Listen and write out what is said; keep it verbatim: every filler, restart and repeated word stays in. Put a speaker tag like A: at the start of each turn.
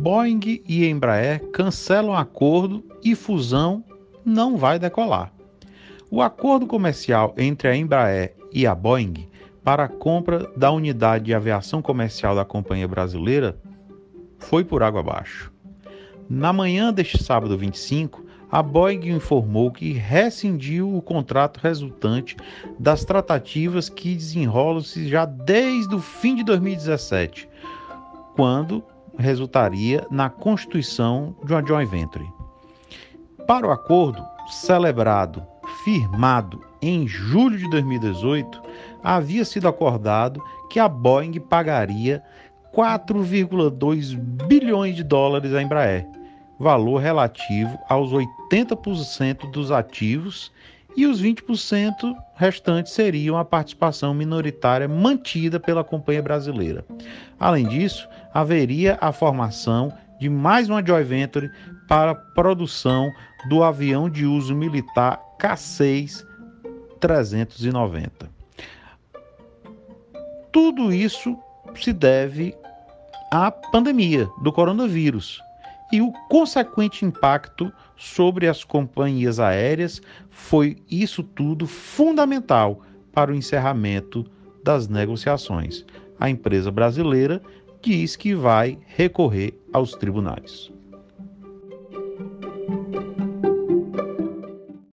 A: Boeing e Embraer cancelam acordo e fusão não vai decolar. O acordo comercial entre a Embraer e a Boeing para a compra da unidade de aviação comercial da companhia brasileira foi por água abaixo. Na manhã deste sábado vinte e cinco, a Boeing informou que rescindiu o contrato resultante das tratativas que desenrolam-se já desde o fim de dois mil e dezessete, quando resultaria na constituição de uma joint venture. Para o acordo, celebrado, firmado em julho de dois mil e dezoito, havia sido acordado que a Boeing pagaria quatro vírgula dois bilhões de dólares à Embraer, valor relativo aos oitenta por cento dos ativos, e os vinte por cento restantes seriam a participação minoritária mantida pela companhia brasileira. Além disso, haveria a formação de mais uma joint venture para a produção do avião de uso militar K seis trezentos e noventa. Tudo isso se deve à pandemia do coronavírus e o consequente impacto sobre as companhias aéreas. Foi isso tudo fundamental para o encerramento das negociações. A empresa brasileira diz que vai recorrer aos tribunais.